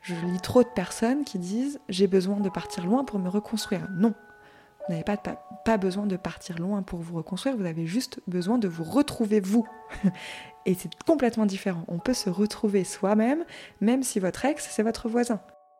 Je lis trop de personnes qui disent « j'ai besoin de partir loin pour me reconstruire ». Non, vous n'avez pas besoin de partir loin pour vous reconstruire, vous avez juste besoin de vous retrouver vous. Et c'est complètement différent. On peut se retrouver soi-même, même si votre ex, c'est votre voisin.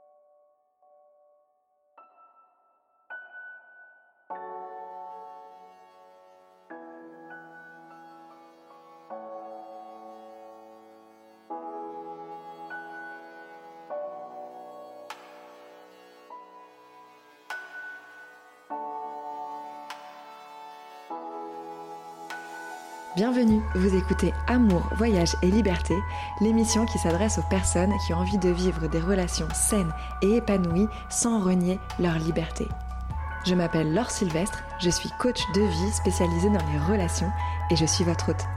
Bienvenue, vous écoutez Amour, Voyage et Liberté, l'émission qui s'adresse aux personnes qui ont envie de vivre des relations saines et épanouies sans renier leur liberté. Je m'appelle Laure Sylvestre, je suis coach de vie spécialisée dans les relations et je suis votre hôte.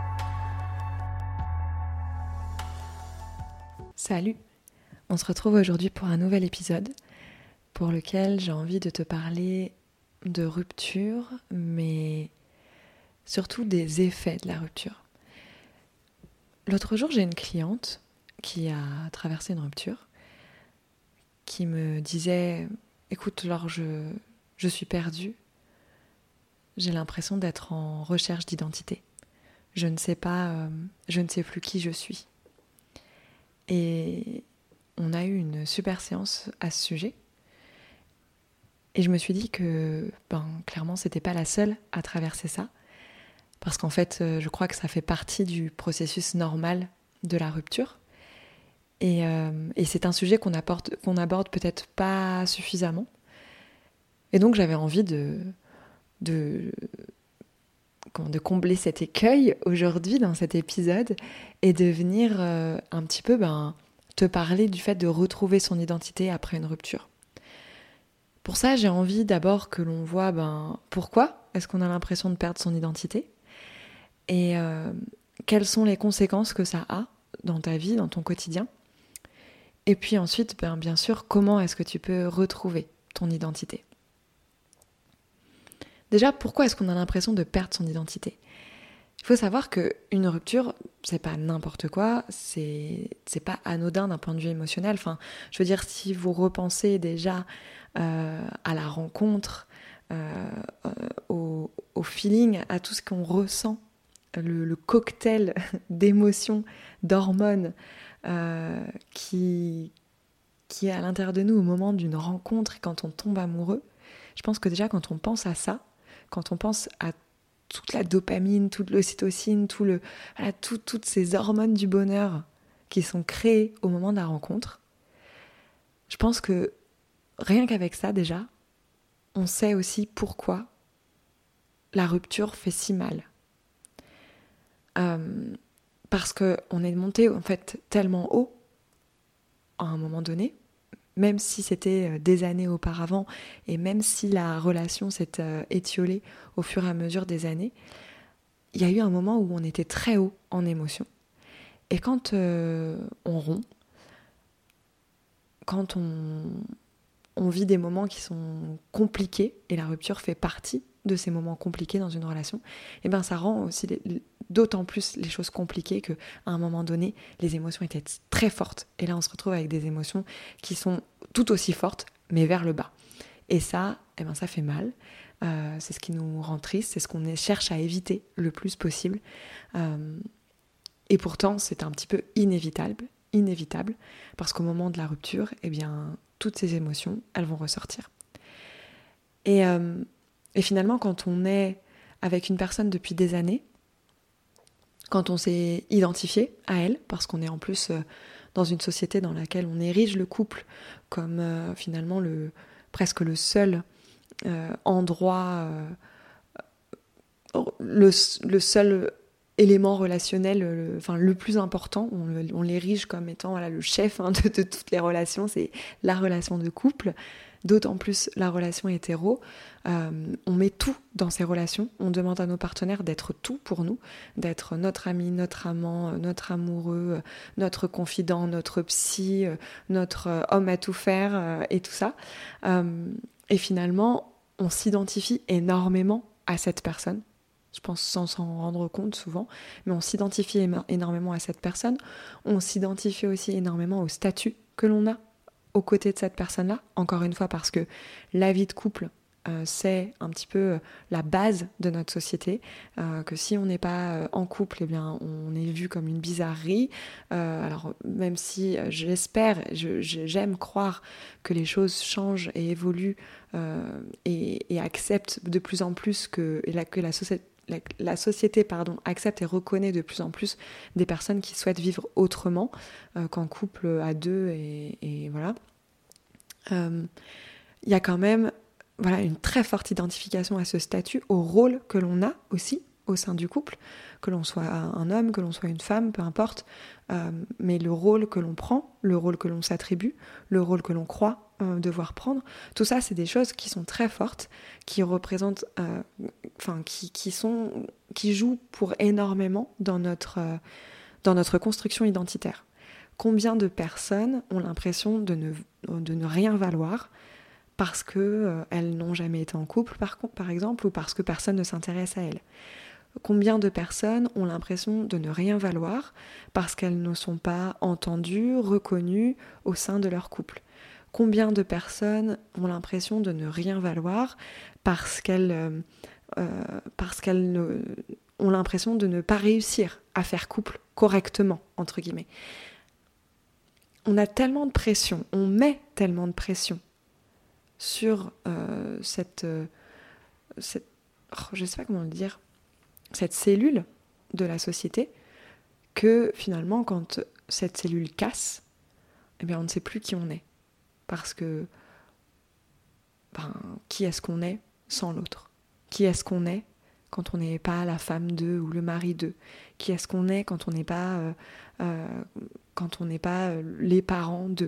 Salut, on se retrouve aujourd'hui pour un nouvel épisode pour lequel j'ai envie de te parler de rupture, mais surtout des effets de la rupture. L'autre jour, j'ai une cliente qui a traversé une rupture, qui me disait « Écoute, Laure, je suis perdue. J'ai l'impression d'être en recherche d'identité. Je ne sais plus qui je suis. » Et on a eu une super séance à ce sujet. Et je me suis dit que, clairement, c'était pas la seule à traverser ça. Parce qu'en fait, je crois que ça fait partie du processus normal de la rupture. Et c'est un sujet qu'on aborde peut-être pas suffisamment. Et donc, j'avais envie de combler cet écueil aujourd'hui dans cet épisode et de venir un petit peu te parler du fait de retrouver son identité après une rupture. Pour ça, j'ai envie d'abord que l'on voit pourquoi est-ce qu'on a l'impression de perdre son identité. Et quelles sont les conséquences que ça a dans ta vie, dans ton quotidien. Et puis ensuite, bien sûr, comment est-ce que tu peux retrouver ton identité. Déjà, pourquoi est-ce qu'on a l'impression de perdre son identité ? Il faut savoir qu'une rupture, c'est pas n'importe quoi, c'est pas anodin d'un point de vue émotionnel. Enfin, je veux dire, si vous repensez déjà à la rencontre, au feeling, à tout ce qu'on ressent, le cocktail d'émotions, d'hormones qui est à l'intérieur de nous au moment d'une rencontre et quand on tombe amoureux, je pense que déjà quand on pense à ça, quand on pense à toute la dopamine, toute l'ocytocine, toutes ces hormones du bonheur qui sont créées au moment de la rencontre, je pense que rien qu'avec ça déjà, on sait aussi pourquoi la rupture fait si mal. Parce qu'on est monté en fait tellement haut à un moment donné, même si c'était des années auparavant et même si la relation s'est étiolée au fur et à mesure des années, il y a eu un moment où on était très haut en émotion. Et quand on rompt, quand on vit des moments qui sont compliqués, et la rupture fait partie de ces moments compliqués dans une relation, et ça rend aussi d'autant plus les choses compliquées qu'à un moment donné, les émotions étaient très fortes. Et là, on se retrouve avec des émotions qui sont tout aussi fortes, mais vers le bas. Et ça, ça fait mal. C'est ce qui nous rend triste, c'est ce qu'on cherche à éviter le plus possible. Et pourtant, c'est un petit peu inévitable, parce qu'au moment de la rupture, toutes ces émotions, elles vont ressortir. Et finalement, quand on est avec une personne depuis des années, quand on s'est identifié à elle, parce qu'on est en plus dans une société dans laquelle on érige le couple comme finalement presque le seul endroit, le seul élément relationnel, le plus important, on l'érige comme étant le chef de toutes les relations, c'est la relation de couple. D'autant plus la relation hétéro, on met tout dans ces relations, on demande à nos partenaires d'être tout pour nous, d'être notre ami, notre amant, notre amoureux, notre confident, notre psy, notre homme à tout faire et tout ça. Et finalement, on s'identifie énormément à cette personne, je pense sans s'en rendre compte souvent, mais on s'identifie énormément à cette personne, on s'identifie aussi énormément au statut que l'on a aux côtés de cette personne-là, encore une fois parce que la vie de couple, c'est un petit peu la base de notre société, que si on n'est pas en couple, eh bien, on est vu comme une bizarrerie. Alors même si j'aime croire que les choses changent et évoluent et acceptent de plus en plus que la société accepte et reconnaît de plus en plus des personnes qui souhaitent vivre autrement qu'en couple à deux et voilà. Il y a quand même une très forte identification à ce statut, au rôle que l'on a aussi au sein du couple, que l'on soit un homme, que l'on soit une femme, peu importe, mais le rôle que l'on prend, le rôle que l'on s'attribue, le rôle que l'on croit devoir prendre, tout ça c'est des choses qui sont très fortes, qui représentent, qui jouent pour énormément dans notre construction identitaire. Combien de personnes ont l'impression de ne rien valoir parce qu'elles n'ont jamais été en couple, par exemple, ou parce que personne ne s'intéresse à elles. Combien de personnes ont l'impression de ne rien valoir parce qu'elles ne sont pas entendues, reconnues au sein de leur couple. Combien de personnes ont l'impression de ne rien valoir parce qu'elles ont l'impression de ne pas réussir à faire couple correctement, entre guillemets. On a tellement de pression, on met tellement de pression sur je sais pas comment le dire, cette cellule de la société, que finalement quand cette cellule casse, eh bien on ne sait plus qui on est, parce que qui est-ce qu'on est sans l'autre? Qui est-ce qu'on est quand on n'est pas la femme d'eux ou le mari d'eux? Qui est-ce qu'on est quand on n'est pas les parents d'eux?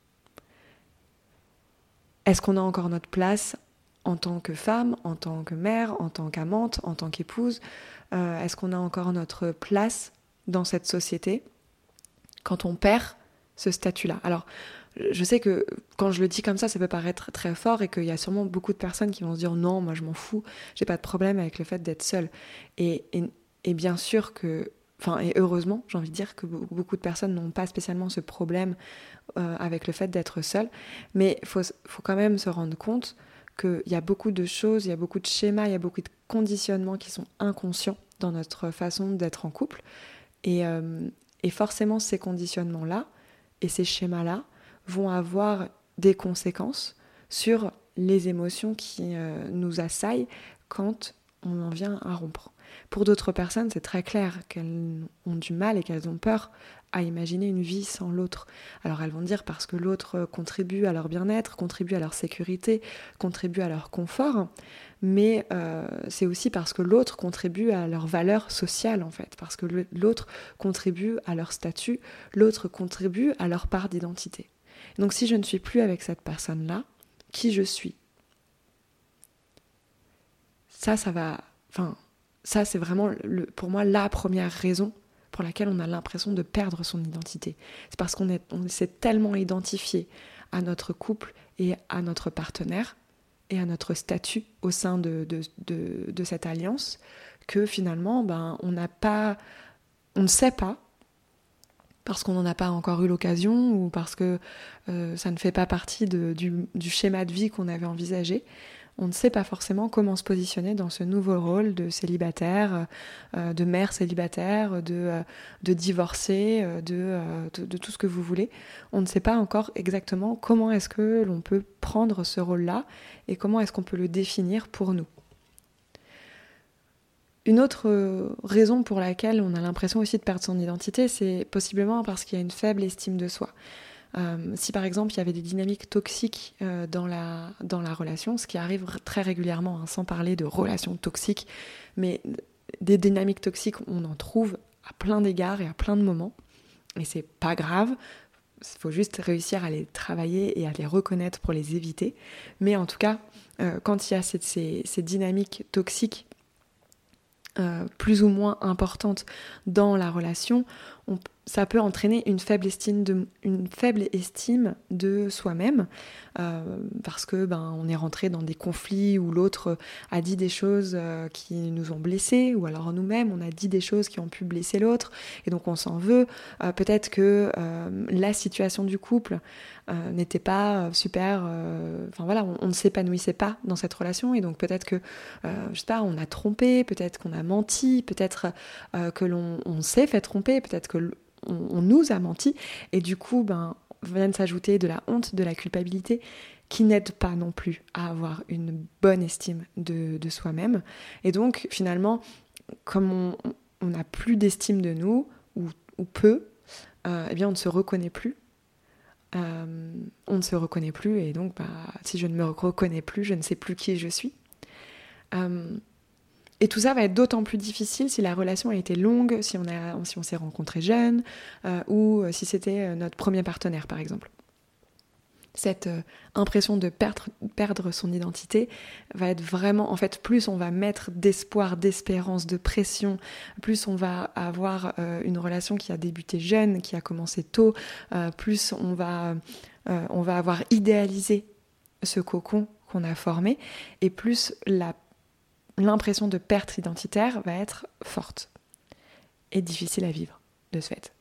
Est-ce qu'on a encore notre place en tant que femme, en tant que mère, en tant qu'amante, en tant qu'épouse? Est-ce qu'on a encore notre place dans cette société quand on perd ce statut-là? Alors, je sais que quand je le dis comme ça peut paraître très fort et qu'il y a sûrement beaucoup de personnes qui vont se dire « Non, moi je m'en fous, j'ai pas de problème avec le fait d'être seule. » Et bien sûr que... et heureusement, j'ai envie de dire que beaucoup de personnes n'ont pas spécialement ce problème avec le fait d'être seule, mais il faut quand même se rendre compte qu'il y a beaucoup de choses, il y a beaucoup de schémas, il y a beaucoup de conditionnements qui sont inconscients dans notre façon d'être en couple, et forcément ces conditionnements-là et ces schémas-là vont avoir des conséquences sur les émotions qui nous assaillent quand on en vient à rompre. Pour d'autres personnes, c'est très clair qu'elles ont du mal et qu'elles ont peur à imaginer une vie sans l'autre. Alors elles vont dire parce que l'autre contribue à leur bien-être, contribue à leur sécurité, contribue à leur confort, mais c'est aussi parce que l'autre contribue à leur valeur sociale en fait, parce que l'autre contribue à leur statut, l'autre contribue à leur part d'identité. Donc si je ne suis plus avec cette personne-là, qui je suis? Ça c'est vraiment pour moi la première raison pour laquelle on a l'impression de perdre son identité. C'est parce qu'on s'est tellement identifié à notre couple et à notre partenaire et à notre statut au sein de cette alliance que finalement on ne sait pas, parce qu'on n'en a pas encore eu l'occasion ou parce que ça ne fait pas partie du schéma de vie qu'on avait envisagé. On ne sait pas forcément comment se positionner dans ce nouveau rôle de célibataire, de mère célibataire, de divorcée, de tout ce que vous voulez. On ne sait pas encore exactement comment est-ce que l'on peut prendre ce rôle-là et comment est-ce qu'on peut le définir pour nous. Une autre raison pour laquelle on a l'impression aussi de perdre son identité, c'est possiblement parce qu'il y a une faible estime de soi. Si par exemple il y avait des dynamiques toxiques dans la relation, ce qui arrive très régulièrement, sans parler de relations toxiques, mais des dynamiques toxiques, on en trouve à plein d'égards et à plein de moments, et c'est pas grave, il faut juste réussir à les travailler et à les reconnaître pour les éviter, mais en tout cas, quand il y a ces dynamiques toxiques plus ou moins importantes dans la relation, ça peut entraîner une faible estime de soi-même, parce que on est rentré dans des conflits où l'autre a dit des choses qui nous ont blessés, ou alors nous-mêmes on a dit des choses qui ont pu blesser l'autre, et donc on s'en veut. Peut-être que la situation du couple n'était pas super, on ne s'épanouissait pas dans cette relation, et donc peut-être que je sais pas, on a trompé, peut-être qu'on a menti, peut-être que on s'est fait tromper, peut-être que on nous a menti, et du coup vient de s'ajouter de la honte, de la culpabilité, qui n'aide pas non plus à avoir une bonne estime de soi-même. Et donc finalement, comme on n'a plus d'estime de nous, ou peu, eh bien on ne se reconnaît plus. On ne se reconnaît plus, et donc si je ne me reconnais plus, je ne sais plus qui je suis. Et tout ça va être d'autant plus difficile si la relation a été longue, si on s'est rencontré jeune, ou si c'était notre premier partenaire, par exemple. Cette impression de perdre son identité va être vraiment... En fait, plus on va mettre d'espoir, d'espérance, de pression, plus on va avoir une relation qui a débuté jeune, qui a commencé tôt, plus on va avoir idéalisé ce cocon qu'on a formé, et plus l'impression de perte identitaire va être forte et difficile à vivre de ce fait.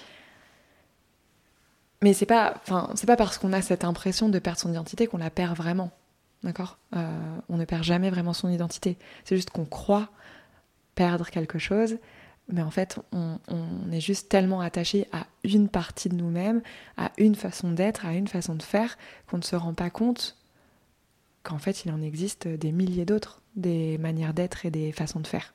Mais c'est pas parce qu'on a cette impression de perdre son identité qu'on la perd vraiment, d'accord ? On ne perd jamais vraiment son identité. C'est juste qu'on croit perdre quelque chose, mais en fait, on est juste tellement attaché à une partie de nous-mêmes, à une façon d'être, à une façon de faire, qu'on ne se rend pas compte qu'en fait, il en existe des milliers d'autres, des manières d'être et des façons de faire.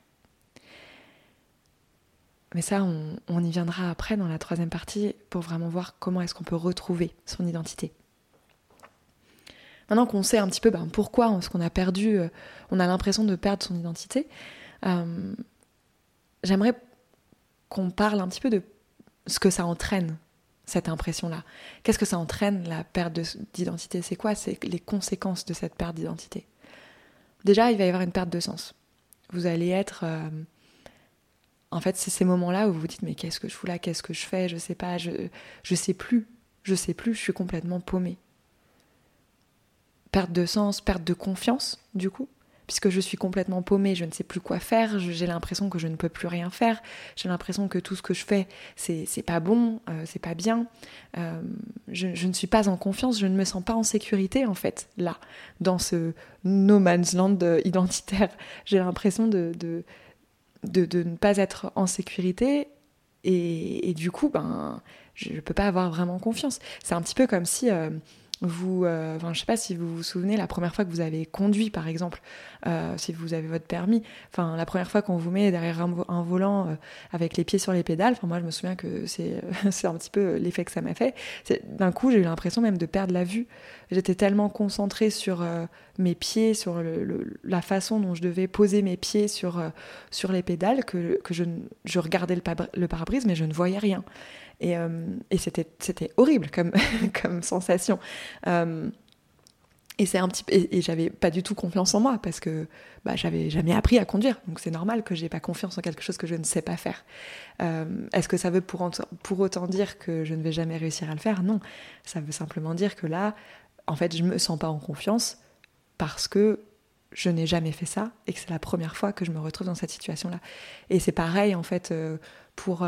Mais ça, on y viendra après dans la troisième partie pour vraiment voir comment est-ce qu'on peut retrouver son identité. Maintenant qu'on sait un petit peu pourquoi est-ce qu'on a perdu, on a l'impression de perdre son identité, j'aimerais qu'on parle un petit peu de ce que ça entraîne, cette impression-là. Qu'est-ce que ça entraîne, la perte d'identité ? C'est quoi les conséquences de cette perte d'identité ? Déjà, il va y avoir une perte de sens. Vous allez être... En fait, c'est ces moments-là où vous vous dites « Mais qu'est-ce que je fous là ? Qu'est-ce que je fais ? Je sais pas, je sais plus. Je sais plus, je suis complètement paumée. » Perte de sens, perte de confiance, du coup. Puisque je suis complètement paumée, je ne sais plus quoi faire, j'ai l'impression que je ne peux plus rien faire, j'ai l'impression que tout ce que je fais, c'est pas bon, c'est pas bien. Je ne suis pas en confiance, je ne me sens pas en sécurité, en fait, là, dans ce no man's land identitaire. J'ai l'impression de ne pas être en sécurité, et du coup, je ne peux pas avoir vraiment confiance. C'est un petit peu comme si... je sais pas si vous vous souvenez la première fois que vous avez conduit, par exemple, si vous avez votre permis, la première fois qu'on vous met derrière un volant avec les pieds sur les pédales, moi je me souviens que c'est un petit peu l'effet que ça m'a fait. D'un coup j'ai eu l'impression même de perdre la vue. J'étais tellement concentrée sur mes pieds, sur la façon dont je devais poser mes pieds sur les pédales que je regardais le pare-brise, mais je ne voyais rien. Et c'était horrible comme sensation. Et c'est un petit peu, et j'avais pas du tout confiance en moi parce que j'avais jamais appris à conduire, donc c'est normal que j'ai pas confiance en quelque chose que je ne sais pas faire. Est-ce que ça veut pour autant dire que je ne vais jamais réussir à le faire ? Non, ça veut simplement dire que là, en fait, je me sens pas en confiance parce que je n'ai jamais fait ça et que c'est la première fois que je me retrouve dans cette situation-là. Et c'est pareil en fait pour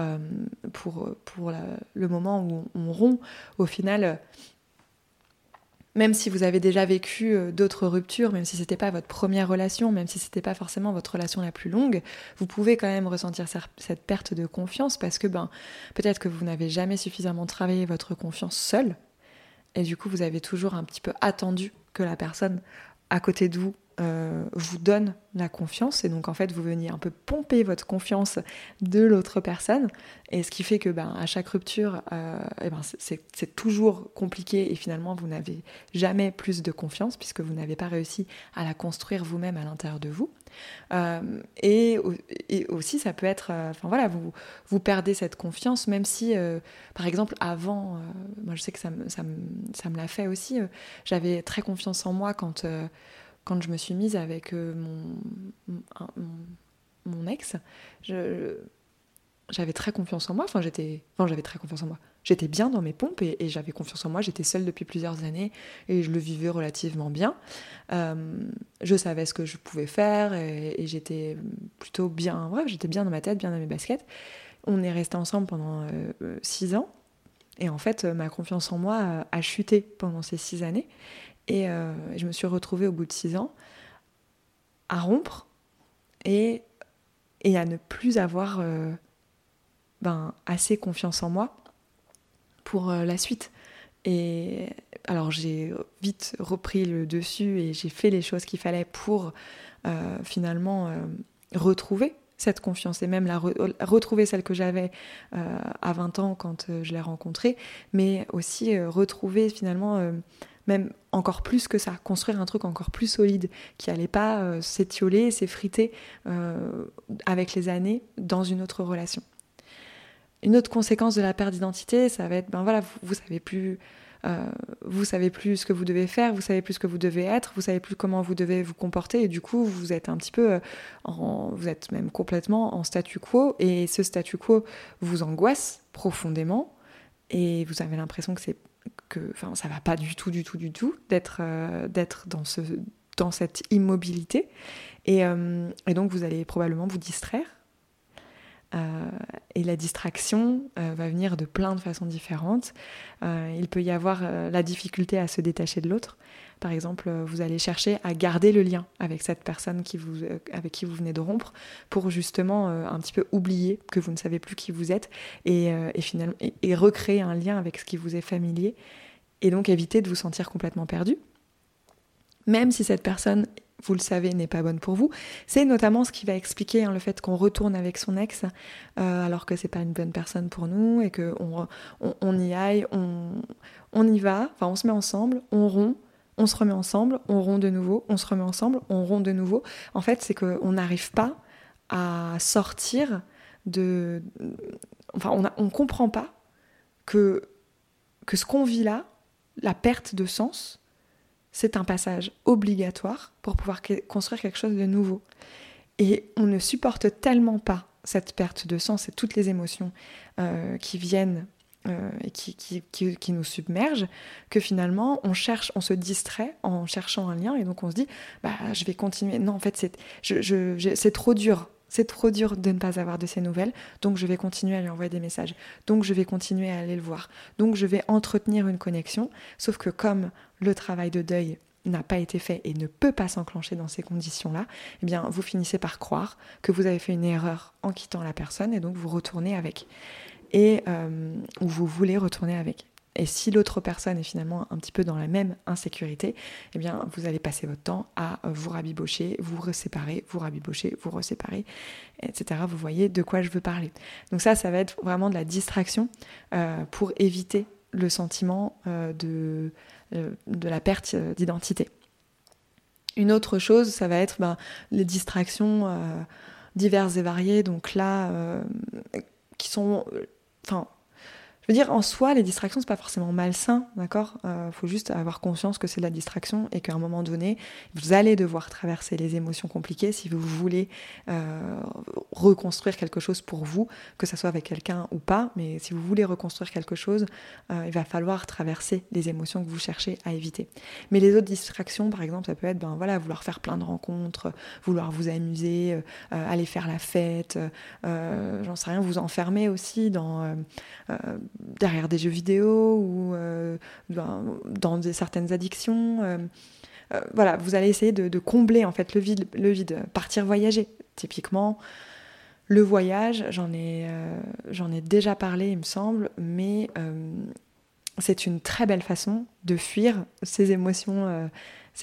le moment où on rompt. Au final, même si vous avez déjà vécu d'autres ruptures, même si c'était pas votre première relation, même si c'était pas forcément votre relation la plus longue, vous pouvez quand même ressentir cette perte de confiance parce que peut-être que vous n'avez jamais suffisamment travaillé votre confiance seul, et du coup vous avez toujours un petit peu attendu que la personne à côté de vous vous donne la confiance, et donc en fait vous veniez un peu pomper votre confiance de l'autre personne, et ce qui fait que à chaque rupture c'est toujours compliqué, et finalement vous n'avez jamais plus de confiance puisque vous n'avez pas réussi à la construire vous-même à l'intérieur de vous. Et aussi ça peut être vous perdez cette confiance, même si par exemple avant moi je sais que ça me l'a fait aussi, j'avais très confiance en moi quand je me suis mise avec mon ex. j'avais très confiance en moi, j'avais très confiance en moi. J'étais bien dans mes pompes et j'avais confiance en moi, j'étais seule depuis plusieurs années et je le vivais relativement bien. Je savais ce que je pouvais faire et j'étais plutôt bien, bref, j'étais bien dans ma tête, bien dans mes baskets. On est restés ensemble pendant 6 ans et en fait, ma confiance en moi a chuté pendant ces 6 années et je me suis retrouvée au bout de 6 ans à rompre et à ne plus avoir assez confiance en moi pour la suite. Et alors j'ai vite repris le dessus et j'ai fait les choses qu'il fallait pour finalement retrouver cette confiance et même retrouver celle que j'avais à 20 ans quand je l'ai rencontrée, mais aussi retrouver finalement même encore plus que ça, construire un truc encore plus solide qui allait pas s'étioler, s'effriter avec les années dans une autre relation. Une autre conséquence de la perte d'identité, ça va être, vous savez plus ce que vous devez faire, vous savez plus ce que vous devez être, vous savez plus comment vous devez vous comporter, et du coup, vous êtes un petit peu, vous êtes même complètement en statu quo, et ce statu quo vous angoisse profondément, et vous avez l'impression que ça va pas du tout d'être dans cette immobilité, et donc vous allez probablement vous distraire. Et la distraction va venir de plein de façons différentes. Il peut y avoir la difficulté à se détacher de l'autre. Par exemple, vous allez chercher à garder le lien avec cette personne avec qui vous venez de rompre pour justement un petit peu oublier que vous ne savez plus qui vous êtes et finalement recréer un lien avec ce qui vous est familier et donc éviter de vous sentir complètement perdu. Même si cette personne, vous le savez, n'est pas bonne pour vous. C'est notamment ce qui va expliquer le fait qu'on retourne avec son ex alors que c'est pas une bonne personne pour nous et qu'on y aille, on y va, on se met ensemble, on rompt, on se remet ensemble, on rompt de nouveau, on se remet ensemble, on rompt de nouveau. En fait, c'est qu'on n'arrive pas à sortir de... on comprend pas que ce qu'on vit là, la perte de sens, c'est un passage obligatoire pour pouvoir construire quelque chose de nouveau. Et on ne supporte tellement pas cette perte de sens et toutes les émotions qui viennent et qui nous submergent que finalement on se distrait en cherchant un lien et donc on se dit je vais continuer. Non, en fait c'est trop dur. C'est trop dur de ne pas avoir de ses nouvelles, donc je vais continuer à lui envoyer des messages, donc je vais continuer à aller le voir, donc je vais entretenir une connexion, sauf que comme le travail de deuil n'a pas été fait et ne peut pas s'enclencher dans ces conditions-là, eh bien vous finissez par croire que vous avez fait une erreur en quittant la personne et donc vous retournez avec, ou vous voulez retourner avec. Et si l'autre personne est finalement un petit peu dans la même insécurité, eh bien, vous allez passer votre temps à vous rabibocher, vous reséparer, vous rabibocher, vous reséparer, etc. Vous voyez de quoi je veux parler. Donc ça va être vraiment de la distraction pour éviter le sentiment de la perte d'identité. Une autre chose, ça va être les distractions diverses et variées, donc là, qui sont... Je veux dire, en soi, les distractions, c'est pas forcément malsain, d'accord ? Faut juste avoir conscience que c'est de la distraction et qu'à un moment donné, vous allez devoir traverser les émotions compliquées si vous voulez reconstruire quelque chose pour vous, que ça soit avec quelqu'un ou pas, mais si vous voulez reconstruire quelque chose, il va falloir traverser les émotions que vous cherchez à éviter. Mais les autres distractions, par exemple, ça peut être vouloir faire plein de rencontres, vouloir vous amuser, aller faire la fête, j'en sais rien, vous enfermer aussi derrière des jeux vidéo ou dans certaines addictions. Vous allez essayer de combler en fait le vide, partir voyager. Typiquement, le voyage, j'en ai déjà parlé, il me semble, mais c'est une très belle façon de fuir ces émotions-là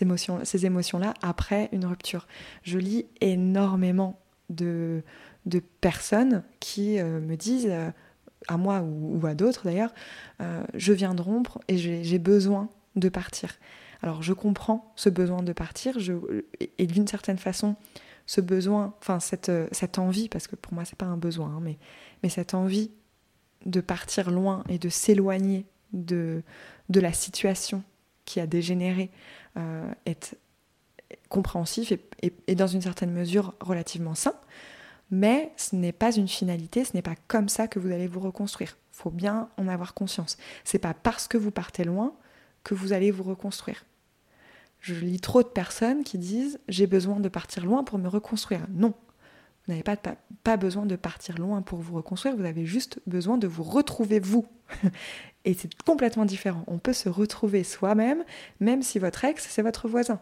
après une rupture. Je lis énormément de personnes qui me disent... à moi ou à d'autres d'ailleurs, je viens de rompre et j'ai besoin de partir. Alors je comprends ce besoin de partir et d'une certaine façon ce besoin, cette envie, parce que pour moi c'est pas un besoin, mais cette envie de partir loin et de s'éloigner de la situation qui a dégénéré est compréhensif et dans une certaine mesure relativement sain. Mais ce n'est pas une finalité, ce n'est pas comme ça que vous allez vous reconstruire. Il faut bien en avoir conscience. C'est pas parce que vous partez loin que vous allez vous reconstruire. Je lis trop de personnes qui disent « j'ai besoin de partir loin pour me reconstruire ». Non, vous n'avez pas besoin de partir loin pour vous reconstruire, vous avez juste besoin de vous retrouver vous. Et c'est complètement différent. On peut se retrouver soi-même, même si votre ex, c'est votre voisin.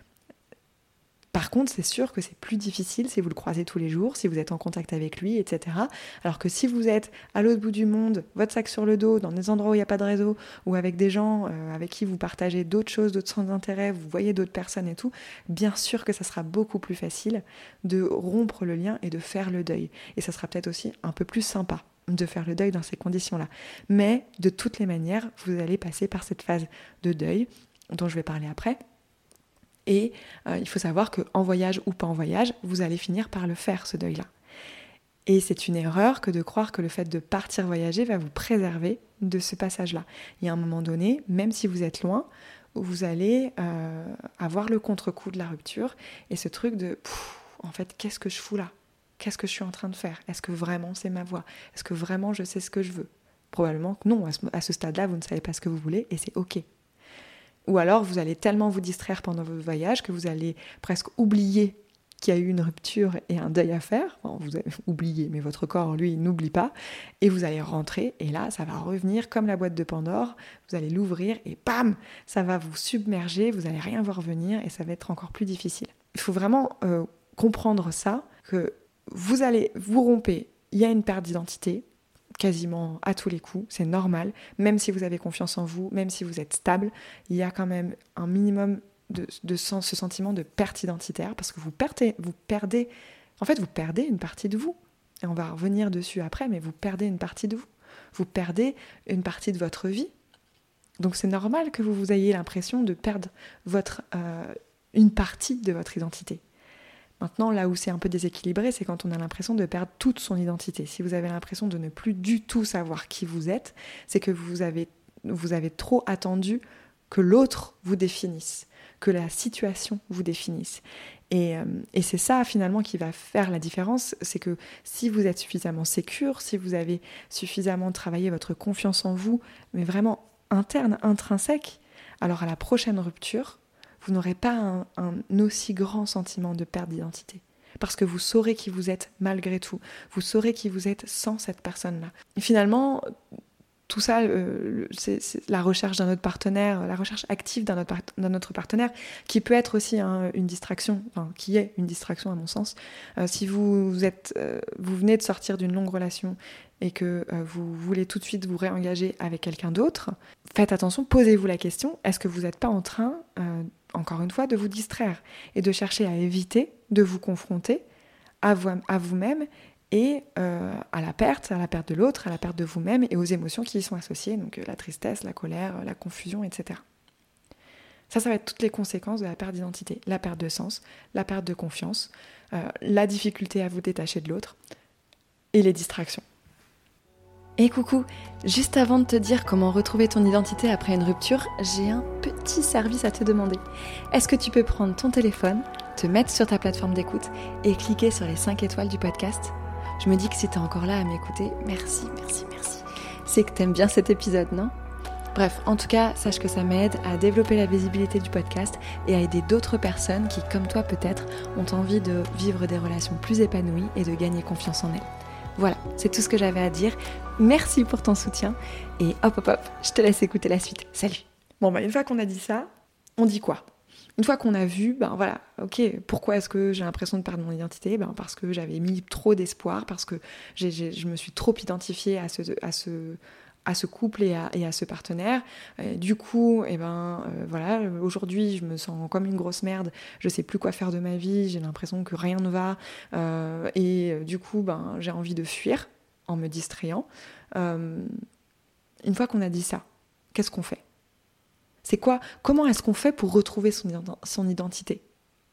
Par contre, c'est sûr que c'est plus difficile si vous le croisez tous les jours, si vous êtes en contact avec lui, etc. Alors que si vous êtes à l'autre bout du monde, votre sac sur le dos, dans des endroits où il n'y a pas de réseau, ou avec des gens avec qui vous partagez d'autres choses, d'autres centres d'intérêt, vous voyez d'autres personnes et tout, bien sûr que ça sera beaucoup plus facile de rompre le lien et de faire le deuil. Et ça sera peut-être aussi un peu plus sympa de faire le deuil dans ces conditions-là. Mais de toutes les manières, vous allez passer par cette phase de deuil, dont je vais parler après. Et il faut savoir qu'en voyage ou pas en voyage, vous allez finir par le faire, ce deuil-là. Et c'est une erreur que de croire que le fait de partir voyager va vous préserver de ce passage-là. Il y a un moment donné, même si vous êtes loin, vous allez avoir le contre-coup de la rupture et ce truc de « en fait, qu'est-ce que je fous là ? Qu'est-ce que je suis en train de faire ? Est-ce que vraiment c'est ma voie ? Est-ce que vraiment je sais ce que je veux ?» Probablement que non, à ce stade-là, vous ne savez pas ce que vous voulez et c'est OK. Ou alors, vous allez tellement vous distraire pendant votre voyage que vous allez presque oublier qu'il y a eu une rupture et un deuil à faire. Enfin, vous avez oublié, mais votre corps, lui, il n'oublie pas. Et vous allez rentrer, et là, ça va revenir comme la boîte de Pandore. Vous allez l'ouvrir, et bam, ça va vous submerger, vous n'allez rien voir venir, et ça va être encore plus difficile. Il faut vraiment comprendre ça, que vous rompez, il y a une perte d'identité, quasiment à tous les coups, c'est normal, même si vous avez confiance en vous, même si vous êtes stable, il y a quand même un minimum de ce sentiment de perte identitaire, parce que vous perdez une partie de vous, et on va revenir dessus après, mais vous perdez une partie de vous perdez une partie de votre vie, donc c'est normal que vous ayez l'impression de perdre une partie de votre identité. Maintenant, là où c'est un peu déséquilibré, c'est quand on a l'impression de perdre toute son identité. Si vous avez l'impression de ne plus du tout savoir qui vous êtes, c'est que vous avez trop attendu que l'autre vous définisse, que la situation vous définisse. Et c'est ça, finalement, qui va faire la différence. C'est que si vous êtes suffisamment sécure, si vous avez suffisamment travaillé votre confiance en vous, mais vraiment interne, intrinsèque, alors à la prochaine rupture, vous n'aurez pas un aussi grand sentiment de perte d'identité. Parce que vous saurez qui vous êtes malgré tout. Vous saurez qui vous êtes sans cette personne-là. Et finalement, tout ça, c'est la recherche d'un autre partenaire, la recherche active d'un autre partenaire, qui peut être aussi une distraction, qui est une distraction à mon sens. Si vous venez de sortir d'une longue relation et que vous voulez tout de suite vous réengager avec quelqu'un d'autre, faites attention, posez-vous la question, est-ce que vous n'êtes pas en train, encore une fois, de vous distraire et de chercher à éviter de vous confronter à vous-même et à la perte de l'autre, à la perte de vous-même et aux émotions qui y sont associées, donc la tristesse, la colère, la confusion, etc. Ça va être toutes les conséquences de la perte d'identité, la perte de sens, la perte de confiance, la difficulté à vous détacher de l'autre et les distractions. Et coucou, juste avant de te dire comment retrouver ton identité après une rupture, j'ai un petit service à te demander. Est-ce que tu peux prendre ton téléphone, te mettre sur ta plateforme d'écoute et cliquer sur les 5 étoiles du podcast ? Je me dis que si t'es encore là à m'écouter, merci. C'est que t'aimes bien cet épisode, non ? Bref, en tout cas, sache que ça m'aide à développer la visibilité du podcast et à aider d'autres personnes qui, comme toi peut-être, ont envie de vivre des relations plus épanouies et de gagner confiance en elles. Voilà, c'est tout ce que j'avais à dire. Merci pour ton soutien et hop, je te laisse écouter la suite. Salut. Bon, une fois qu'on a dit ça, on dit quoi ? Une fois qu'on a vu, pourquoi est-ce que j'ai l'impression de perdre mon identité ? Parce que j'avais mis trop d'espoir, parce que je me suis trop identifiée à ce couple et à ce partenaire. Du coup, aujourd'hui, je me sens comme une grosse merde, je sais plus quoi faire de ma vie, j'ai l'impression que rien ne va, du coup, j'ai envie de fuir en me distrayant. Une fois qu'on a dit ça, qu'est-ce qu'on fait ? Comment est-ce qu'on fait pour retrouver son identité ?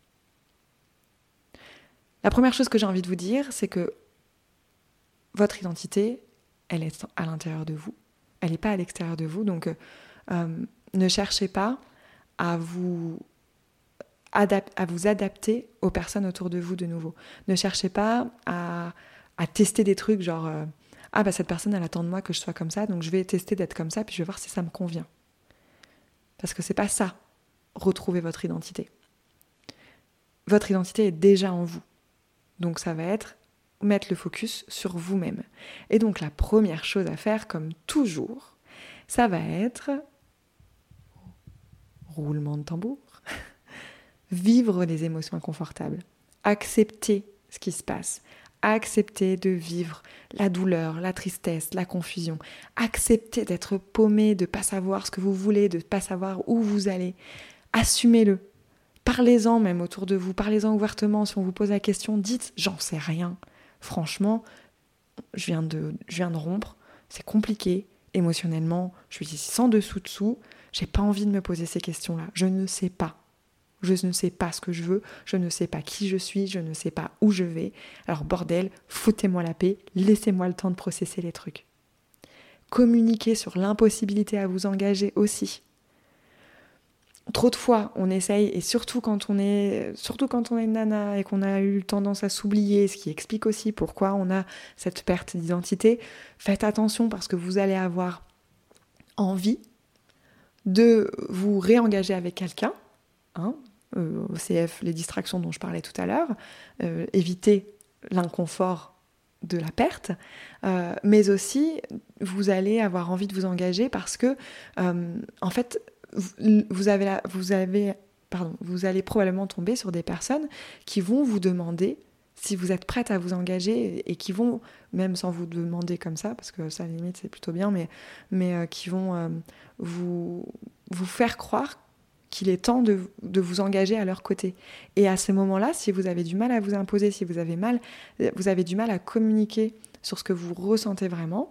La première chose que j'ai envie de vous dire, c'est que votre identité, elle est à l'intérieur de vous. Elle n'est pas à l'extérieur de vous. Donc, ne cherchez pas à à vous adapter aux personnes autour de vous de nouveau. Ne cherchez pas à tester des trucs genre cette personne elle attend de moi que je sois comme ça, donc je vais tester d'être comme ça puis je vais voir si ça me convient. Parce que c'est pas ça, retrouver votre identité. Votre identité est déjà en vous. Donc ça va être mettre le focus sur vous-même. Et donc la première chose à faire, comme toujours, ça va être roulement de tambour, vivre les émotions inconfortables, accepter ce qui se passe, accepter de vivre la douleur, la tristesse, la confusion, accepter d'être paumé, de ne pas savoir ce que vous voulez, de ne pas savoir où vous allez, assumez-le. Parlez-en même autour de vous, parlez-en ouvertement. Si on vous pose la question, dites « j'en sais rien ». Franchement, je viens de rompre, c'est compliqué, émotionnellement, je suis sans dessous-dessous, j'ai pas envie de me poser ces questions-là, je ne sais pas. Je ne sais pas ce que je veux, je ne sais pas qui je suis, je ne sais pas où je vais. Alors bordel, foutez-moi la paix, laissez-moi le temps de processer les trucs. Communiquez sur l'impossibilité à vous engager aussi. Trop de fois, on essaye, et surtout quand on est une nana et qu'on a eu tendance à s'oublier, ce qui explique aussi pourquoi on a cette perte d'identité, faites attention parce que vous allez avoir envie de vous réengager avec quelqu'un, OCF, les distractions dont je parlais tout à l'heure, éviter l'inconfort de la perte, mais aussi vous allez avoir envie de vous engager parce que, en fait, vous allez probablement tomber sur des personnes qui vont vous demander si vous êtes prête à vous engager et qui vont, même sans vous demander comme ça, parce que ça limite c'est plutôt bien, mais qui vont vous faire croire qu'il est temps de vous engager à leur côté. Et à ce moment-là, si vous avez du mal à vous imposer, si vous avez du mal à communiquer sur ce que vous ressentez vraiment,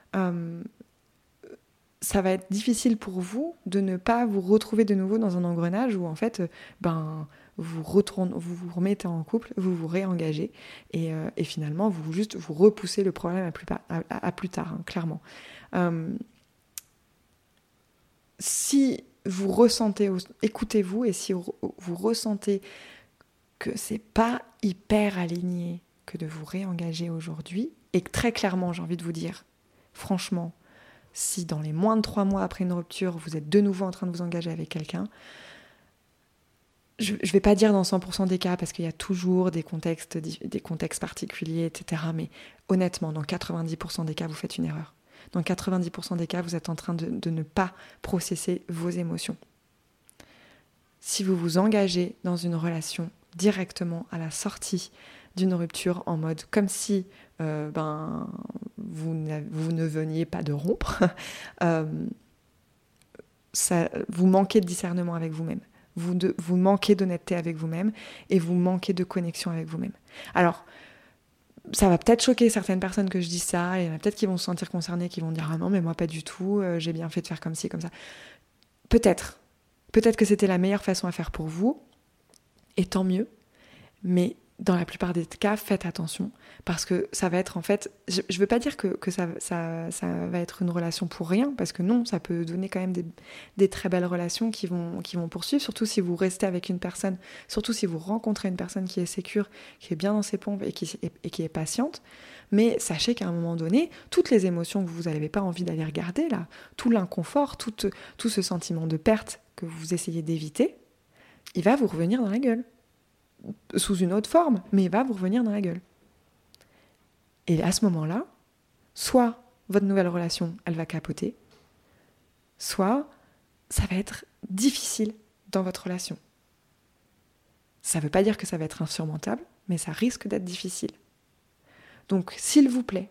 ça va être difficile pour vous de ne pas vous retrouver de nouveau dans un engrenage où en fait, vous vous remettez en couple, vous vous réengagez et finalement vous repoussez le problème à plus tard, clairement. Si vous ressentez, écoutez-vous, et si vous ressentez que c'est pas hyper aligné que de vous réengager aujourd'hui, et que très clairement j'ai envie de vous dire, franchement, si dans les moins de 3 mois après une rupture, vous êtes de nouveau en train de vous engager avec quelqu'un, je ne vais pas dire dans 100% des cas, parce qu'il y a toujours des contextes particuliers, etc. Mais honnêtement, dans 90% des cas, vous faites une erreur. Dans 90% des cas, vous êtes en train de ne pas processer vos émotions. Si vous vous engagez dans une relation directement à la sortie d'une rupture en mode comme si vous ne veniez pas de rompre, vous manquez de discernement avec vous-même. Vous manquez d'honnêteté avec vous-même et vous manquez de connexion avec vous-même. Alors, ça va peut-être choquer certaines personnes que je dise ça, et il y en a peut-être qui vont se sentir concernés, qui vont dire « Ah non, mais moi pas du tout, j'ai bien fait de faire comme ci, comme ça. » Peut-être que c'était la meilleure façon à faire pour vous, et tant mieux, mais dans la plupart des cas, faites attention, parce que ça va être en fait... Je ne veux pas dire que ça va être une relation pour rien, parce que non, ça peut donner quand même des très belles relations qui vont poursuivre, surtout si vous restez avec une personne, surtout si vous rencontrez une personne qui est sécure, qui est bien dans ses pompes et qui est patiente. Mais sachez qu'à un moment donné, toutes les émotions que vous n'avez pas envie d'aller regarder, là, tout l'inconfort, tout ce sentiment de perte que vous essayez d'éviter, il va vous revenir dans la gueule. Sous une autre forme, mais il va vous revenir dans la gueule. Et à ce moment-là, soit votre nouvelle relation, elle va capoter, soit ça va être difficile dans votre relation. Ça ne veut pas dire que ça va être insurmontable, mais ça risque d'être difficile. Donc, s'il vous plaît,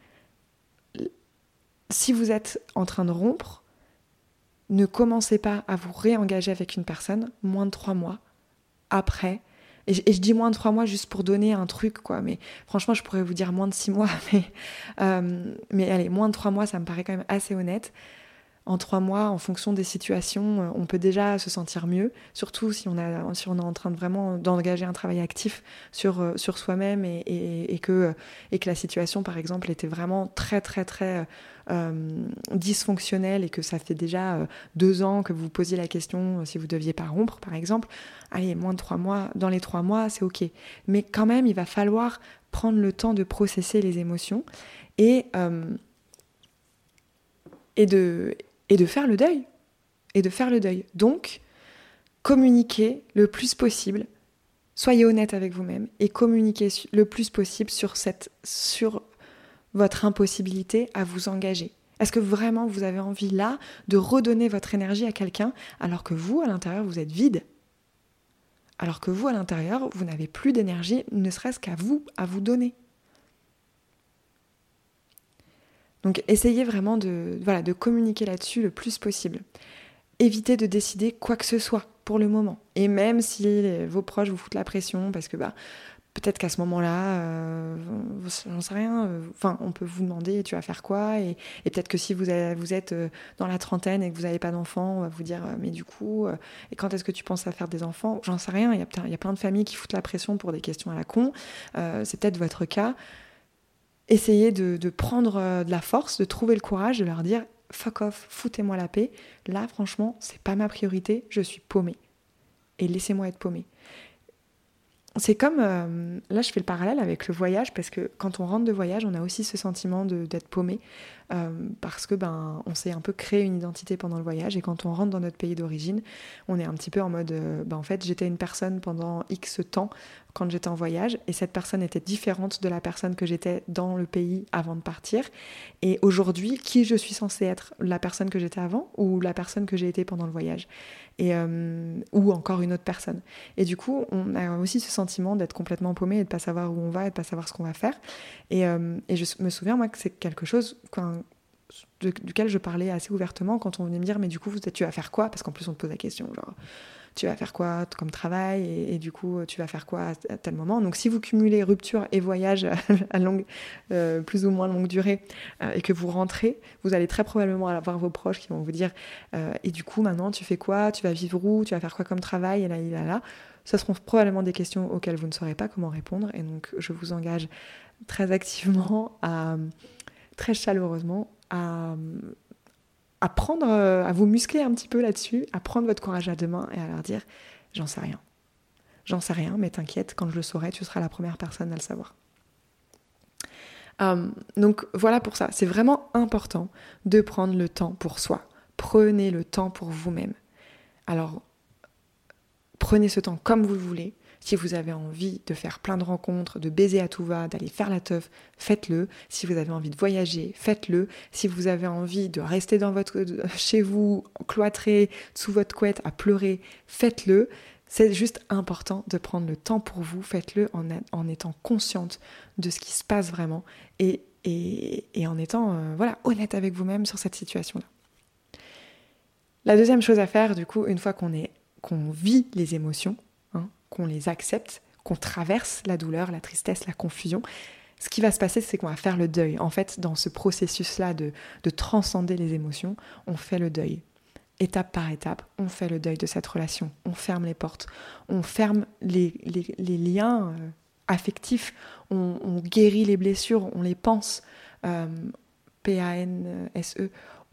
si vous êtes en train de rompre, ne commencez pas à vous réengager avec une personne moins de 3 mois après. Et je dis moins de 3 mois juste pour donner un truc, quoi. Mais franchement, je pourrais vous dire moins de 6 mois. Mais allez, moins de 3 mois, ça me paraît quand même assez honnête. En 3 mois, en fonction des situations, on peut déjà se sentir mieux, surtout si on est en train de vraiment d'engager un travail actif sur soi-même et que la situation, par exemple, était vraiment très, très, très dysfonctionnelle et que ça fait déjà 2 ans que vous vous posiez la question si vous deviez pas rompre, par exemple. Allez, moins de 3 mois, dans les 3 mois, c'est ok. Mais quand même, il va falloir prendre le temps de processer les émotions et de faire le deuil. Et de faire le deuil. Donc, communiquez le plus possible, soyez honnête avec vous-même et communiquez le plus possible sur votre impossibilité à vous engager. Est-ce que vraiment vous avez envie là de redonner votre énergie à quelqu'un alors que vous, à l'intérieur, vous êtes vide ? Alors que vous, à l'intérieur, vous n'avez plus d'énergie, ne serait-ce qu'à vous donner. Donc essayez vraiment de communiquer là-dessus le plus possible. Évitez de décider quoi que ce soit pour le moment. Et même si vos proches vous foutent la pression, parce que peut-être qu'à ce moment-là, j'en sais rien, on peut vous demander tu vas faire quoi et peut-être que si vous êtes dans la trentaine et que vous n'avez pas d'enfants, on va vous dire mais du coup, et quand est-ce que tu penses à faire des enfants ? J'en sais rien, il y a plein de familles qui foutent la pression pour des questions à la con, c'est peut-être votre cas. Essayez de prendre de la force, de trouver le courage, de leur dire fuck off, foutez-moi la paix, là franchement c'est pas ma priorité, je suis paumée et laissez-moi être paumée. C'est comme, là je fais le parallèle avec le voyage parce que quand on rentre de voyage on a aussi ce sentiment d'être paumé parce que on s'est un peu créé une identité pendant le voyage et quand on rentre dans notre pays d'origine on est un petit peu en mode en fait j'étais une personne pendant X temps quand j'étais en voyage et cette personne était différente de la personne que j'étais dans le pays avant de partir et aujourd'hui qui je suis censée être, la personne que j'étais avant ou la personne que j'ai été pendant le voyage ou encore une autre personne et du coup on a aussi ce sentiment d'être complètement paumé et de pas savoir où on va et de pas savoir ce qu'on va faire et je me souviens moi que c'est quelque chose duquel je parlais assez ouvertement quand on venait me dire mais du coup tu vas faire quoi, parce qu'en plus on te pose la question genre tu vas faire quoi comme travail et du coup tu vas faire quoi à tel moment. Donc si vous cumulez rupture et voyage à plus ou moins longue durée et que vous rentrez, vous allez très probablement avoir vos proches qui vont vous dire et du coup maintenant tu fais quoi, tu vas vivre où, tu vas faire quoi comme travail et là. Ce seront probablement des questions auxquelles vous ne saurez pas comment répondre et donc je vous engage très activement très chaleureusement à prendre, à vous muscler un petit peu là-dessus, à prendre votre courage à deux mains et à leur dire « j'en sais rien, mais t'inquiète, quand je le saurai, tu seras la première personne à le savoir ». Donc voilà pour ça, c'est vraiment important de prendre le temps pour soi. Prenez le temps pour vous-même. Alors, prenez ce temps comme vous le voulez. Si vous avez envie de faire plein de rencontres, de baiser à tout va, d'aller faire la teuf, faites-le. Si vous avez envie de voyager, faites-le. Si vous avez envie de rester chez vous, cloîtré, sous votre couette, à pleurer, faites-le. C'est juste important de prendre le temps pour vous. Faites-le en étant consciente de ce qui se passe vraiment et en étant honnête avec vous-même sur cette situation-là. La deuxième chose à faire, du coup, une fois qu'on vit les émotions, qu'on les accepte, qu'on traverse la douleur, la tristesse, la confusion, ce qui va se passer, c'est qu'on va faire le deuil. En fait, dans ce processus-là de transcender les émotions, on fait le deuil. Étape par étape, on fait le deuil de cette relation. On ferme les portes, on ferme les liens affectifs, on guérit les blessures, on les pense, P-A-N-S-E,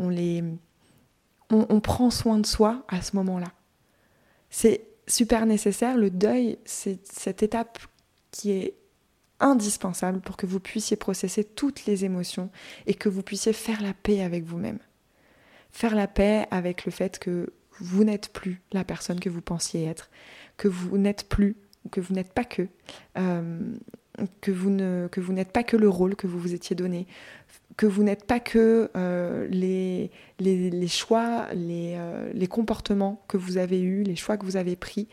on prend soin de soi à ce moment-là. C'est super nécessaire, le deuil, c'est cette étape qui est indispensable pour que vous puissiez processer toutes les émotions et que vous puissiez faire la paix avec vous-même. Faire la paix avec le fait que vous n'êtes plus la personne que vous pensiez être, que vous n'êtes pas que vous n'êtes pas que le rôle que vous vous étiez donné, que vous n'êtes pas que les choix, les comportements que vous avez eus, les choix que vous avez pris.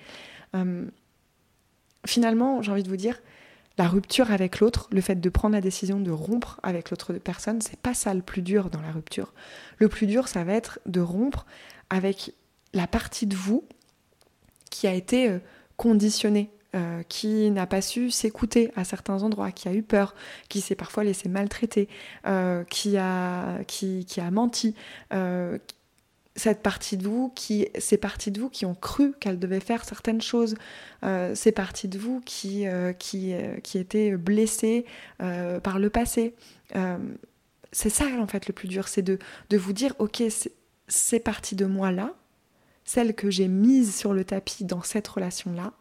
Finalement, j'ai envie de vous dire, la rupture avec l'autre, le fait de prendre la décision de rompre avec l'autre personne, c'est pas ça le plus dur dans la rupture. Le plus dur, ça va être de rompre avec la partie de vous qui a été conditionnée, qui n'a pas su s'écouter à certains endroits, qui a eu peur, qui s'est parfois laissé maltraiter, qui a menti, ces parties de vous qui ont cru qu'elles devaient faire certaines choses, ces parties de vous qui étaient blessées par le passé. C'est ça en fait le plus dur, c'est de vous dire ok, ces parties de moi là, celles que j'ai mises sur le tapis dans cette relation là,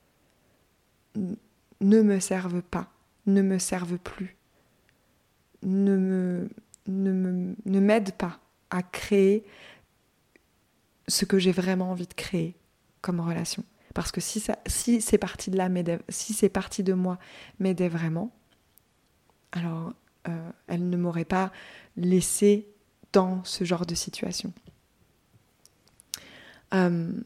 ne me servent pas, ne me servent plus, ne m'aident pas à créer ce que j'ai vraiment envie de créer comme relation. Parce que si ces parties de moi m'aidaient vraiment, alors elles ne m'auraient pas laissé dans ce genre de situation. Comme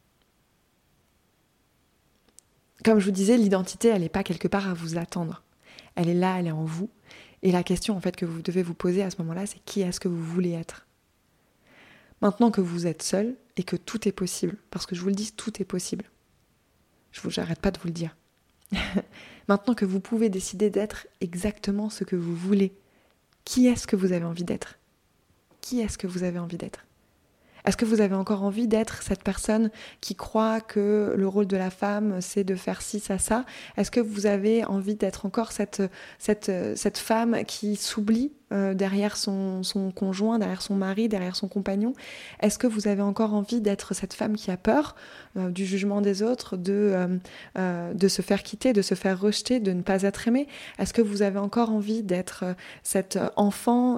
je vous disais, l'identité, elle n'est pas quelque part à vous attendre. Elle est là, elle est en vous. Et la question en fait que vous devez vous poser à ce moment-là, c'est qui est-ce que vous voulez être ? Maintenant que vous êtes seul et que tout est possible, parce que je vous le dis, tout est possible. J'arrête pas de vous le dire. Maintenant que vous pouvez décider d'être exactement ce que vous voulez, qui est-ce que vous avez envie d'être ? Qui est-ce que vous avez envie d'être ? Est-ce que vous avez encore envie d'être cette personne qui croit que le rôle de la femme, c'est de faire ci, ça ? Est-ce que vous avez envie d'être encore cette femme qui s'oublie derrière son conjoint, derrière son mari, derrière son compagnon ? Est-ce que vous avez encore envie d'être cette femme qui a peur du jugement des autres, de se faire quitter, de se faire rejeter, de ne pas être aimée ? Est-ce que vous avez encore envie d'être cet enfant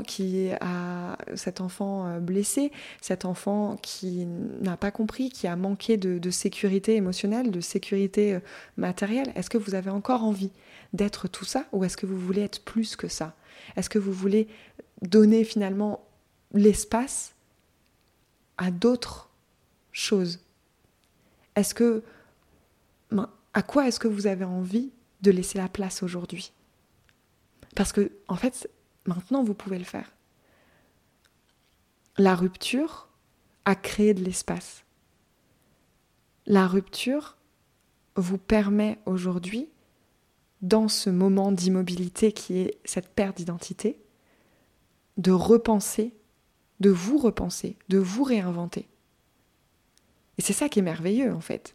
blessé, cet enfant qui n'a pas compris, qui a manqué de sécurité émotionnelle, de sécurité matérielle? Est-ce que vous avez encore envie d'être tout ça, ou est-ce que vous voulez être plus que ça ? Est-ce que vous voulez donner finalement l'espace à d'autres choses ? À quoi est-ce que vous avez envie de laisser la place aujourd'hui ? Parce que, en fait, maintenant vous pouvez le faire. La rupture a créé de l'espace. La rupture vous permet aujourd'hui, dans ce moment d'immobilité qui est cette perte d'identité, de repenser, de vous réinventer. Et c'est ça qui est merveilleux en fait.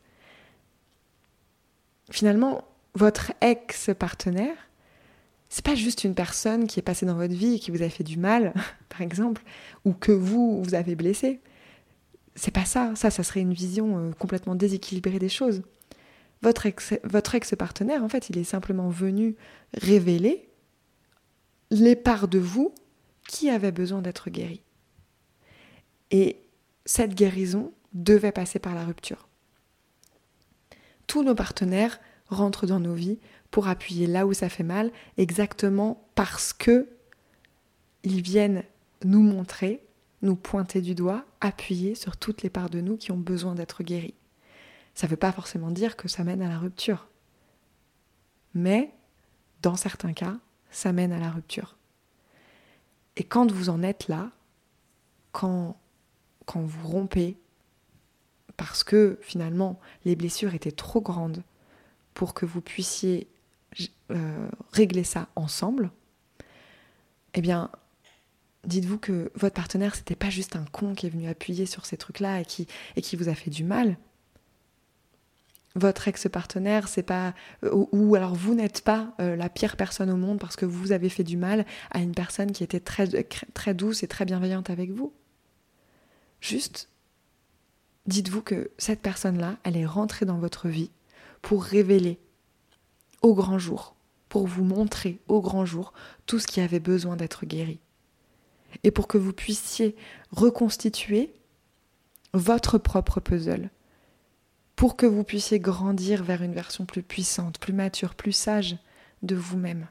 Finalement, votre ex-partenaire, c'est pas juste une personne qui est passée dans votre vie et qui vous a fait du mal, par exemple, ou que vous avez blessé. C'est pas ça. Ça serait une vision complètement déséquilibrée des choses. Votre ex-partenaire, en fait, il est simplement venu révéler les parts de vous qui avaient besoin d'être guéries. Et cette guérison devait passer par la rupture. Tous nos partenaires rentrent dans nos vies pour appuyer là où ça fait mal, exactement parce que ils viennent nous montrer, nous pointer du doigt, appuyer sur toutes les parts de nous qui ont besoin d'être guéries. Ça ne veut pas forcément dire que ça mène à la rupture. Mais, dans certains cas, ça mène à la rupture. Et quand vous en êtes là, quand vous rompez, parce que finalement les blessures étaient trop grandes pour que vous puissiez régler ça ensemble, eh bien, dites-vous que votre partenaire, c'était pas juste un con qui est venu appuyer sur ces trucs-là et qui vous a fait du mal. Votre ex-partenaire, c'est pas... ou alors vous n'êtes pas la pire personne au monde parce que vous avez fait du mal à une personne qui était très, très douce et très bienveillante avec vous. Juste, dites-vous que cette personne-là, elle est rentrée dans votre vie pour révéler au grand jour, pour vous montrer au grand jour tout ce qui avait besoin d'être guéri. Et pour que vous puissiez reconstituer votre propre puzzle, pour que vous puissiez grandir vers une version plus puissante, plus mature, plus sage de vous-même.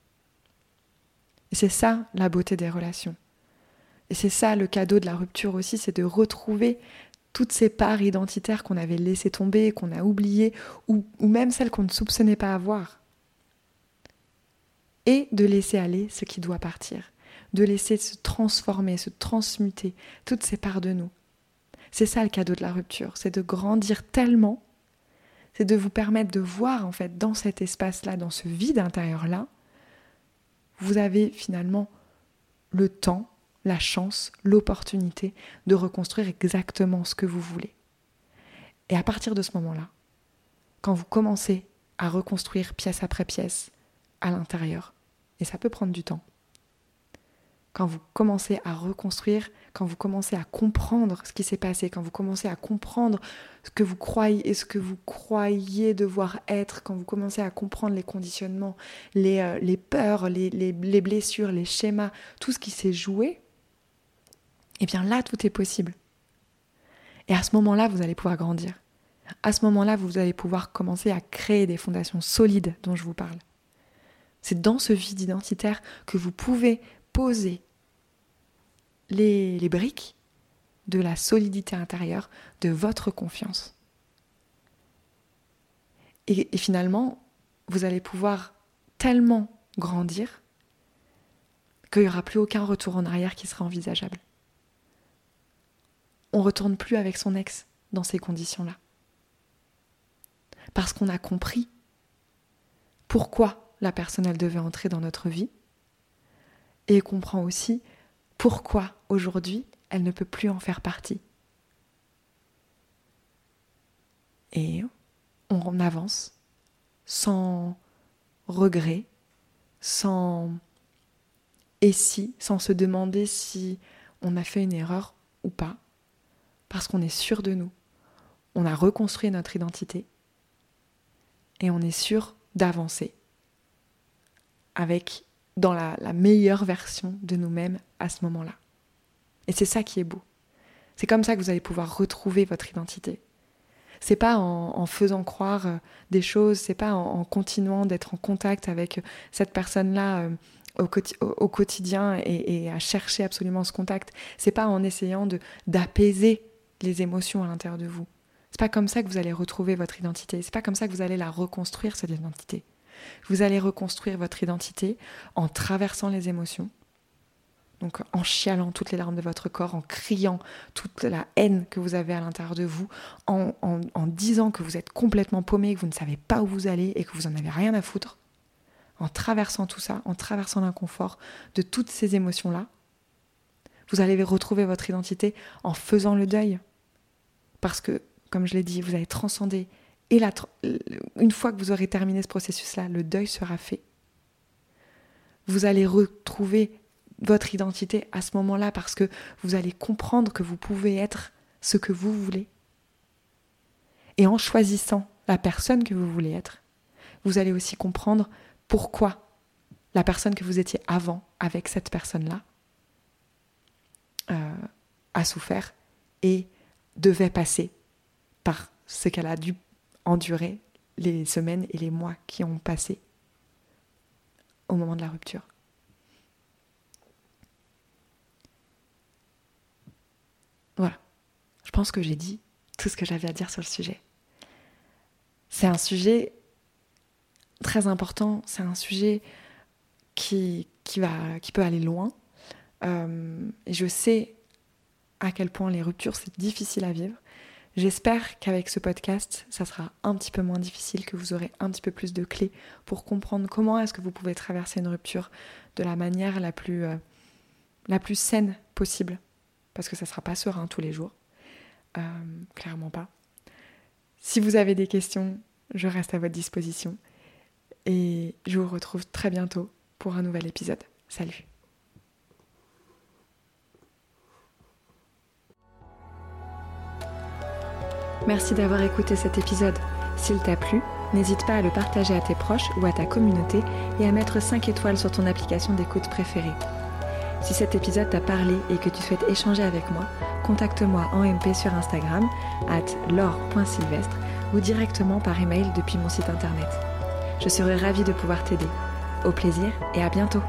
Et c'est ça la beauté des relations. Et c'est ça le cadeau de la rupture aussi, c'est de retrouver toutes ces parts identitaires qu'on avait laissées tomber, qu'on a oubliées, ou même celles qu'on ne soupçonnait pas avoir. Et de laisser aller ce qui doit partir, de laisser se transformer, se transmuter toutes ces parts de nous. C'est ça le cadeau de la rupture, c'est de grandir tellement, c'est de vous permettre de voir en fait dans cet espace-là, dans ce vide intérieur-là, vous avez finalement le temps la chance, l'opportunité de reconstruire exactement ce que vous voulez. Et à partir de ce moment-là, quand vous commencez à reconstruire pièce après pièce à l'intérieur, et ça peut prendre du temps, quand vous commencez à reconstruire, quand vous commencez à comprendre ce qui s'est passé, quand vous commencez à comprendre ce que vous croyez et ce que vous croyez devoir être, quand vous commencez à comprendre les conditionnements, les peurs, les blessures, les schémas, tout ce qui s'est joué, et bien là, tout est possible. Et à ce moment-là, vous allez pouvoir grandir. À ce moment-là, vous allez pouvoir commencer à créer des fondations solides dont je vous parle. C'est dans ce vide identitaire que vous pouvez poser les briques de la solidité intérieure, de votre confiance. Et finalement, vous allez pouvoir tellement grandir qu'il n'y aura plus aucun retour en arrière qui sera envisageable. On ne retourne plus avec son ex dans ces conditions-là. Parce qu'on a compris pourquoi la personne elle devait entrer dans notre vie et comprend aussi pourquoi aujourd'hui elle ne peut plus en faire partie. Et on avance sans regret, sans sans se demander si on a fait une erreur ou pas, parce qu'on est sûr de nous. On a reconstruit notre identité et on est sûr d'avancer dans la meilleure version de nous-mêmes à ce moment-là. Et c'est ça qui est beau. C'est comme ça que vous allez pouvoir retrouver votre identité. C'est pas en faisant croire des choses, c'est pas en continuant d'être en contact avec cette personne-là au quotidien et à chercher absolument ce contact. C'est pas en essayant d'apaiser les émotions à l'intérieur de vous. C'est pas comme ça que vous allez retrouver votre identité. C'est pas comme ça que vous allez la reconstruire, cette identité. Vous allez reconstruire votre identité en traversant les émotions, donc en chialant toutes les larmes de votre corps, en criant toute la haine que vous avez à l'intérieur de vous, en disant que vous êtes complètement paumé, que vous ne savez pas où vous allez et que vous en avez rien à foutre. En traversant tout ça, en traversant l'inconfort de toutes ces émotions-là, vous allez retrouver votre identité en faisant le deuil. Parce que, comme je l'ai dit, vous allez transcender. Et une fois que vous aurez terminé ce processus-là, le deuil sera fait. Vous allez retrouver votre identité à ce moment-là parce que vous allez comprendre que vous pouvez être ce que vous voulez. Et en choisissant la personne que vous voulez être, vous allez aussi comprendre pourquoi la personne que vous étiez avant avec cette personne-là a souffert et devait passer par ce qu'elle a dû endurer les semaines et les mois qui ont passé au moment de la rupture. Voilà, je pense que j'ai dit tout ce que j'avais à dire sur le sujet. C'est un sujet très important, c'est un sujet qui peut aller loin. Et je sais à quel point les ruptures, c'est difficile à vivre. J'espère qu'avec ce podcast, ça sera un petit peu moins difficile, que vous aurez un petit peu plus de clés pour comprendre comment est-ce que vous pouvez traverser une rupture de la manière la plus saine possible. Parce que ça ne sera pas serein tous les jours. Clairement pas. Si vous avez des questions, je reste à votre disposition. Et je vous retrouve très bientôt pour un nouvel épisode. Salut! Merci d'avoir écouté cet épisode. S'il t'a plu, n'hésite pas à le partager à tes proches ou à ta communauté et à mettre 5 étoiles sur ton application d'écoute préférée. Si cet épisode t'a parlé et que tu souhaites échanger avec moi, contacte-moi en MP sur Instagram @laure.sylvestre ou directement par email depuis mon site internet. Je serai ravie de pouvoir t'aider. Au plaisir et à bientôt.